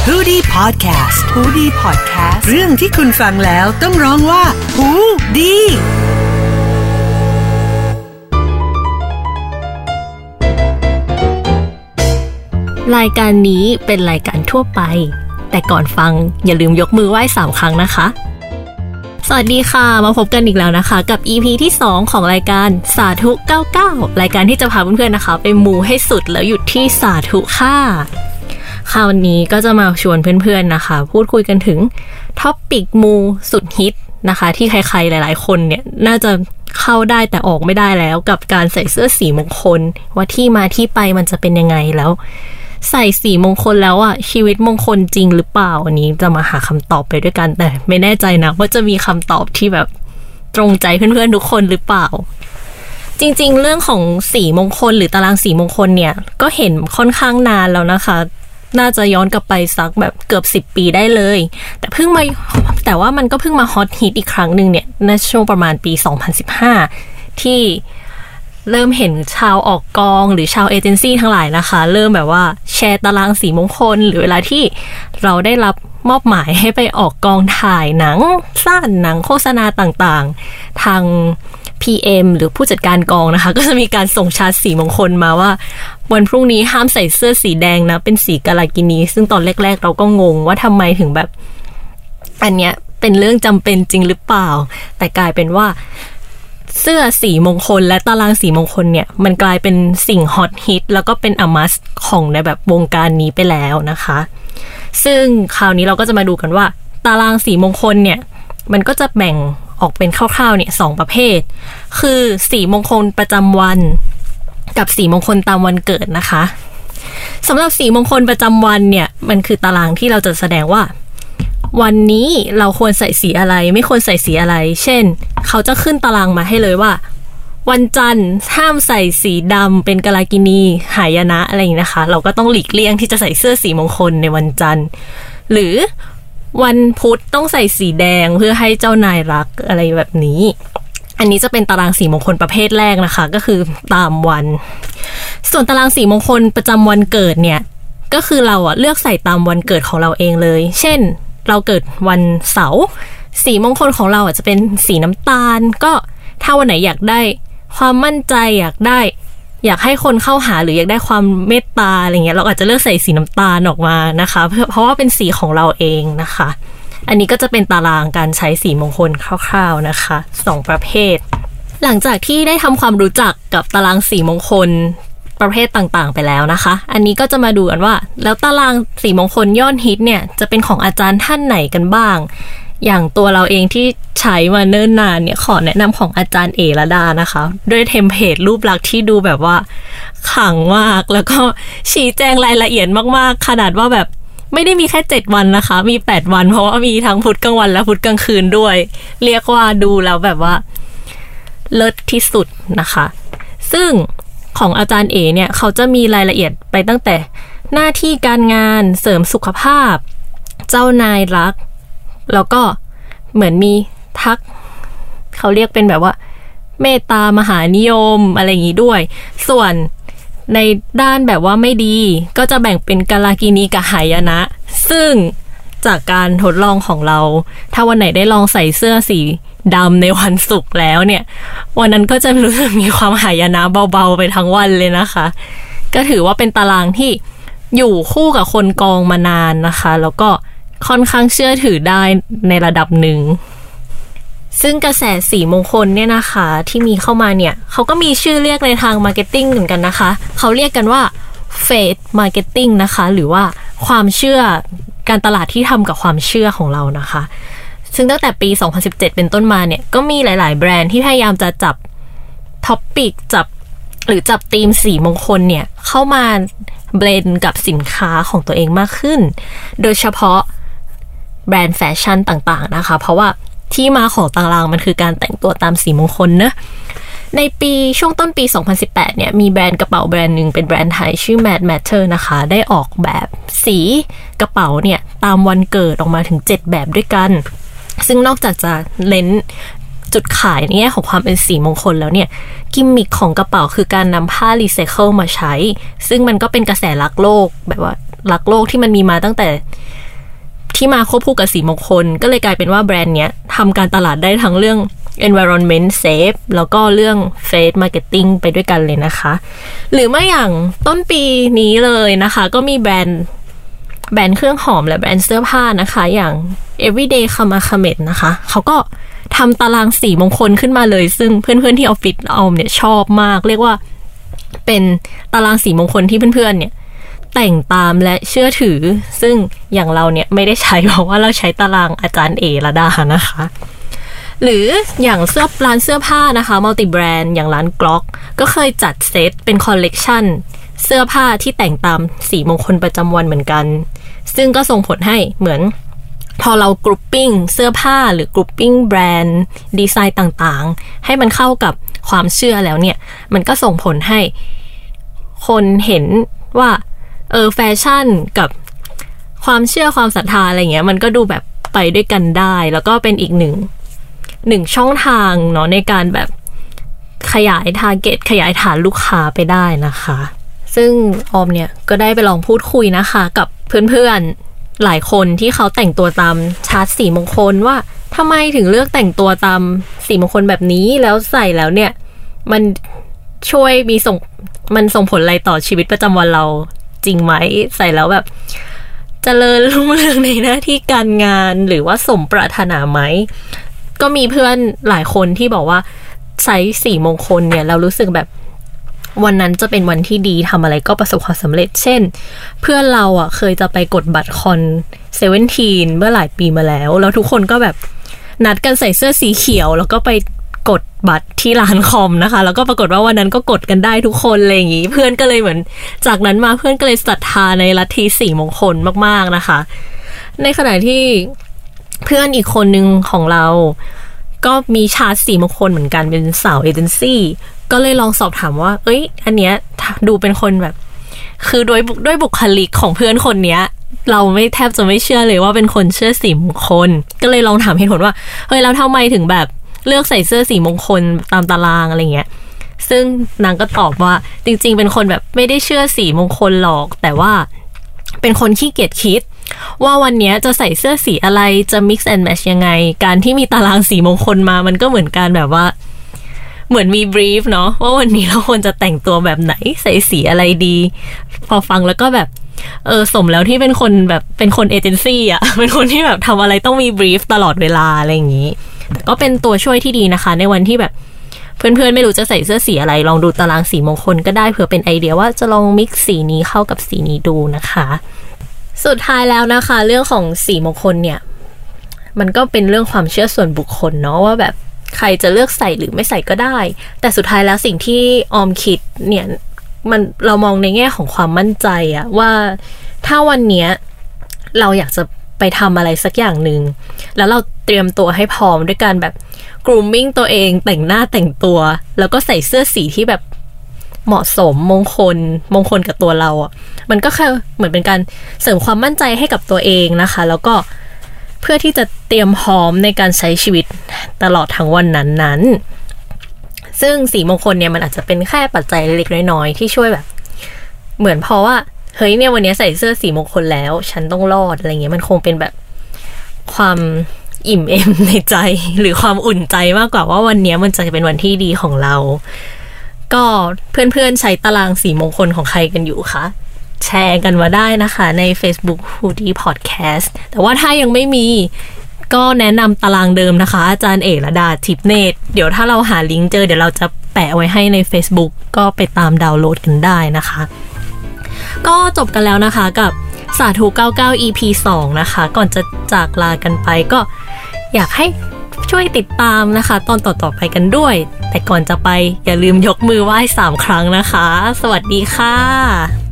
ฮูดี้พอดแคสต์ฮูดี้พอดแคสต์เรื่องที่คุณฟังแล้วต้องร้องว่าฮูดีรายการนี้เป็นรายการทั่วไปแต่ก่อนฟังอย่าลืมยกมือไหว้3ครั้งนะคะสวัสดีค่ะมาพบกันอีกแล้วนะคะกับ EP ที่2ของรายการสาธุ99รายการที่จะพาเพื่อนๆนะคะไปมูให้สุดแล้วหยุดที่สาธุค่ะวันนี้ก็จะมาชวนเพื่อนๆนะคะพูดคุยกันถึงท็อปปิกมูสุดฮิตนะคะที่ใครๆหลายๆคนเนี่ยน่าจะเข้าได้แต่ออกไม่ได้แล้วกับการใส่เสื้อสีมงคลว่าที่มาที่ไปมันจะเป็นยังไงแล้วใส่สีมงคลแล้วอ่ะชีวิตมงคลจริงหรือเปล่าวันนี้จะมาหาคำตอบไปด้วยกันแต่ไม่แน่ใจนะว่าจะมีคำตอบที่แบบตรงใจเพื่อนๆทุกคนหรือเปล่าจริงๆเรื่องของสีมงคลหรือตารางสีมงคลเนี่ยก็เห็นค่อนข้างนานแล้วนะคะน่าจะย้อนกลับไปสักแบบเกือบ10 ปีได้เลยแต่ว่ามันก็เพิ่งมาฮอตฮิตอีกครั้งนึงเนี่ยในช่วงประมาณปี2015ที่เริ่มเห็นชาวออกกองหรือชาวเอเจนซี่ทั้งหลายนะคะเริ่มแบบว่าแชร์ตารางสีมงคลหรือเวลาที่เราได้รับมอบหมายให้ไปออกกองถ่ายหนังสั้นหนังโฆษณาต่างๆทาง PM หรือผู้จัดการกองนะคะก็จะมีการส่งชาร์ตสีมงคลมาว่าวันพรุ่งนี้ห้ามใส่เสื้อสีแดงนะเป็นสีกาลากินีซึ่งตอนแรกๆเราก็งงว่าทำไมถึงแบบอันเนี้ยเป็นเรื่องจำเป็นจริงหรือเปล่าแต่กลายเป็นว่าเสื้อสีมงคลและตารางสีมงคลเนี่ยมันกลายเป็นสิ่งฮอตฮิตแล้วก็เป็นอมัสของในแบบวงการนี้ไปแล้วนะคะซึ่งคราวนี้เราก็จะมาดูกันว่าตารางสีมงคลเนี่ยมันก็จะแบ่งออกเป็นคร่าวๆเนี่ย2ประเภทคือสีมงคลประจำวันกับสีมงคลตามวันเกิดนะคะสำหรับสีมงคลประจำวันเนี่ยมันคือตารางที่เราจะแสดงว่าวันนี้เราควรใส่สีอะไรไม่ควรใส่สีอะไรเช่นเขาจะขึ้นตารางมาให้เลยว่าวันจันทร์ห้ามใส่สีดำเป็นกาลากินีหายนะอะไรอย่างนี้นะคะเราก็ต้องหลีกเลี่ยงที่จะใส่เสื้อสีมงคลในวันจันทร์หรือวันพุธต้องใส่สีแดงเพื่อให้เจ้านายรักอะไรแบบนี้อันนี้จะเป็นตารางสีมงคลประเภทแรกนะคะก็คือตามวันส่วนตารางสีมงคลประจำวันเกิดเนี่ยก็คือเราเลือกใส่ตามวันเกิดของเราเองเลยเช่นเราเกิดวันเสาร์สีมงคลของเราจะเป็นสีน้ำตาลก็ถ้าวันไหนอยากได้ความมั่นใจอยากให้คนเข้าหาหรืออยากได้ความเมตตาอะไรเงี้ยเราอาจจะเลือกใส่สีน้ำตาลออกมานะคะเพราะว่าเป็นสีของเราเองนะคะอันนี้ก็จะเป็นตารางการใช้สีมงคลคร่าวๆนะคะ2ประเภทหลังจากที่ได้ทำความรู้จักกับตารางสีมงคลประเภทต่างๆไปแล้วนะคะอันนี้ก็จะมาดูกันว่าแล้วตารางสีมงคลยอดฮิตเนี่ยจะเป็นของอาจารย์ท่านไหนกันบ้างอย่างตัวเราเองที่ใช้มาเนิ่นนานเนี่ยขอแนะนำของอาจารย์เอระดานะคะด้วยเทมเพลตรูปลักษณ์ที่ดูแบบว่าขลังมากแล้วก็ชี้แจงรายละเอียดมากๆขนาดว่าแบบไม่ได้มีแค่7วันนะคะมี8วันเพราะว่ามีทั้งพุธกลางวันและพุธกลางคืนด้วยเรียกว่าดูแล้วแบบว่าเลิศที่สุดนะคะซึ่งของอาจารย์เอเนี่ยเขาจะมีรายละเอียดไปตั้งแต่หน้าที่การงานเสริมสุขภาพเจ้านายรักแล้วก็เหมือนมีทักเขาเรียกเป็นแบบว่าเมตตามหานิยมอะไรอย่างนี้ด้วยส่วนในด้านแบบว่าไม่ดีก็จะแบ่งเป็นกาลากินีกับหายนะซึ่งจากการทดลองของเราถ้าวันไหนได้ลองใส่เสื้อสีดำในวันศุกร์แล้วเนี่ยวันนั้นก็จะรู้สึกมีความหายนะเบาๆไปทั้งวันเลยนะคะก็ถือว่าเป็นตารางที่อยู่คู่กับคนกองมานานนะคะแล้วก็ค่อนข้างเชื่อถือได้ในระดับหนึ่งซึ่งกระแสสีมงคลเนี่ยนะคะที่มีเข้ามาเนี่ยเขาก็มีชื่อเรียกในทางมาร์เก็ตติ้งเหมือนกันนะคะเขาเรียกกันว่าเฟธมาร์เก็ตติ้งนะคะหรือว่าความเชื่อการตลาดที่ทำกับความเชื่อของเรานะคะซึ่งตั้งแต่ปี2017เป็นต้นมาเนี่ยก็มีหลายๆแบรนด์ที่พยายามจะจับท็อปปิกจับธีมสีมงคลเนี่ยเข้ามาเบลนด์กับสินค้าของตัวเองมากขึ้นโดยเฉพาะแบรนด์แฟชั่นต่างๆนะคะเพราะว่าที่มาของตารางมันคือการแต่งตัวตามสีมงคลนะในช่วงต้นปี2018เนี่ยมีแบรนด์กระเป๋าแบรนด์หนึ่งเป็นแบรนด์ไทยชื่อ Mad Matter นะคะได้ออกแบบสีกระเป๋าเนี่ยตามวันเกิดออกมาถึง7แบบด้วยกันซึ่งนอกจากจะเน้นจุดขายในแง่ของความเป็นสีมงคลแล้วเนี่ยกิมมิคของกระเป๋าคือการนำผ้ารีไซเคิลมาใช้ซึ่งมันก็เป็นกระแสรักโลกแบบว่ารักโลกที่มันมีมาตั้งแต่ที่มาควบคู่กับสีมงคลก็เลยกลายเป็นว่าแบรนด์เนี้ยทำการตลาดได้ทั้งเรื่อง environment safe แล้วก็เรื่อง face marketing ไปด้วยกันเลยนะคะหรือไม่อย่างต้นปีนี้เลยนะคะก็มีแบรนด์เครื่องหอมและแบรนด์เสื้อผ้านะคะอย่าง Everyday Kamahamet นะคะเขาก็ทำตารางสีมงคลขึ้นมาเลยซึ่งเพื่อนๆที่ออฟฟิศออมเนี่ยชอบมากเรียกว่าเป็นตารางสีมงคลที่เพื่อนๆเนี่ยแต่งตามและเชื่อถือซึ่งอย่างเราเนี่ยไม่ได้ใช้เพราะว่าเราใช้ตารางอาจารย์เอระดานะคะหรืออย่างร้านเสื้อผ้านะคะมัลติแบรนด์อย่างร้านกล็อกก็เคยจัดเซตเป็นคอลเลกชันเสื้อผ้าที่แต่งตามสีมงคลประจำวันเหมือนกันซึ่งก็ส่งผลให้เหมือนพอเรากรุ๊ปปิ้งเสื้อผ้าหรือกรุ๊ปปิ้งแบรนด์ดีไซน์ต่างๆให้มันเข้ากับความเชื่อแล้วเนี่ยมันก็ส่งผลให้คนเห็นว่าแฟชั่นกับความเชื่อความศรัทธาอะไรเงี้ยมันก็ดูแบบไปด้วยกันได้แล้วก็เป็นอีกหนึ่งช่องทางเนาะในการแบบขยายทาร์เก็ตขยายฐานลูกค้าไปได้นะคะซึ่งออมเนี่ยก็ได้ไปลองพูดคุยนะคะกับเพื่อนๆหลายคนที่เขาแต่งตัวตามชาร์ตสีมงคลว่าทำไมถึงเลือกแต่งตัวตามสีมงคลแบบนี้แล้วใส่แล้วเนี่ยมันช่วยมันส่งผลอะไรต่อชีวิตประจำวันเราจริงไหมใส่แล้วแบบเจริญรุ่งเรืองในหน้าที่การงานหรือว่าสมปรารถนาไหมก็มีเพื่อนหลายคนที่บอกว่าใช้สีมงคลเนี่ยเรารู้สึกแบบวันนั้นจะเป็นวันที่ดีทำอะไรก็ประสบความสำเร็จเช่นเพื่อนเราอ่ะเคยจะไปกดบัตรคอน17เมื่อหลายปีมาแล้วทุกคนก็แบบนัดกันใส่เสื้อสีเขียวแล้วก็ไปกดบัตรที่ร้านคอมนะคะแล้วก็ปรากฏว่าวันนั้นก็กดกันได้ทุกคนอะไรอย่างงี้เพื่อนก็เลยเหมือนจากนั้นมาเพื่อนก็เลยศรัทธาในลัทธิสีมงคลมากๆนะคะในขณะที่เพื่อนอีกคนนึงของเราก็มีชาร์ตสีมงคลเหมือนกันเป็นสาวเอเจนซี่ก็เลยลองสอบถามว่าอันเนี้ยดูเป็นคนแบบคือด้วยบุคลิกของเพื่อนคนเนี้ยเราแทบจะไม่เชื่อเลยว่าเป็นคนเชื่อสีมงคลก็เลยลองถามเหตุผลว่าแล้วทำไมถึงแบบเลือกใส่เสื้อสีมงคลตามตารางอะไรเงี้ยซึ่งนางก็ตอบว่าจริงๆเป็นคนแบบไม่ได้เชื่อสีมงคลหรอกแต่ว่าเป็นคนขี้เกียจคิดว่าวันนี้จะใส่เสื้อสีอะไรจะ mix and match ยังไงการที่มีตารางสีมงคลมามันก็เหมือนการแบบว่าเหมือนมี brief เนาะว่าวันนี้เราควรจะแต่งตัวแบบไหนใส่สีอะไรดีพอฟังแล้วก็แบบสมแล้วที่เป็นคนแบบเป็นคนเอเจนซี่อ่ะเป็นคนที่แบบทำอะไรต้องมี brief ตลอดเวลาอะไรอย่างนี้แต่ก็เป็นตัวช่วยที่ดีนะคะในวันที่แบบเพื่อนๆไม่รู้จะใส่เสื้อสีอะไรลองดูตารางสีมงคลก็ได้เผื่อเป็นไอเดียว่าจะลอง mix สีนี้เข้ากับสีนี้ดูนะคะสุดท้ายแล้วนะคะเรื่องของสีมงคลเนี่ยมันก็เป็นเรื่องความเชื่อส่วนบุคคลเนาะว่าแบบใครจะเลือกใส่หรือไม่ใส่ก็ได้แต่สุดท้ายแล้วสิ่งที่ออมคิดเนี่ยเรามองในแง่ของความมั่นใจอะว่าถ้าวันเนี้ยเราอยากจะไปทำอะไรสักอย่างหนึ่งแล้วเราเตรียมตัวให้พร้อมด้วยการแบบ grooming ตัวเองแต่งหน้าแต่งตัวแล้วก็ใส่เสื้อสีที่แบบเหมาะสมมงคลกับตัวเราอ่ะมันก็แค่เหมือนเป็นการเสริมความมั่นใจให้กับตัวเองนะคะแล้วก็เพื่อที่จะเตรียมพร้อมในการใช้ชีวิตตลอดทั้งวันนั้นซึ่งสีมงคลเนี่ยมันอาจจะเป็นแค่ปัจจัยเล็กๆน้อยๆที่ช่วยแบบเหมือนเพราะว่าเฮ้ยเนี่ยวันนี้ใส่เสื้อสีมงคลแล้วฉันต้องรอดอะไรเงี้ยมันคงเป็นแบบความอิ่มเอมในใจหรือความอุ่นใจมากกว่าว่าวันนี้มันจะเป็นวันที่ดีของเราก็เพื่อนๆใช้ตารางสีมงคลของใครกันอยู่คะแชร์กันมาได้นะคะใน Facebook Foodie Podcast แต่ว่าถ้ายังไม่มีก็แนะนำตารางเดิมนะคะอาจารย์เอกระดาทิพย์เนตรเดี๋ยวถ้าเราหาลิงก์เจอเดี๋ยวเราจะแปะไว้ให้ใน Facebook ก็ไปตามดาวน์โหลดกันได้นะคะก็จบกันแล้วนะคะกับสาธุ99 EP 2นะคะก่อนจะจากลากันไปก็อยากให้ช่วยติดตามนะคะตอนต่อๆไปกันด้วยแต่ก่อนจะไปอย่าลืมยกมือไหว้3 ครั้งนะคะสวัสดีค่ะ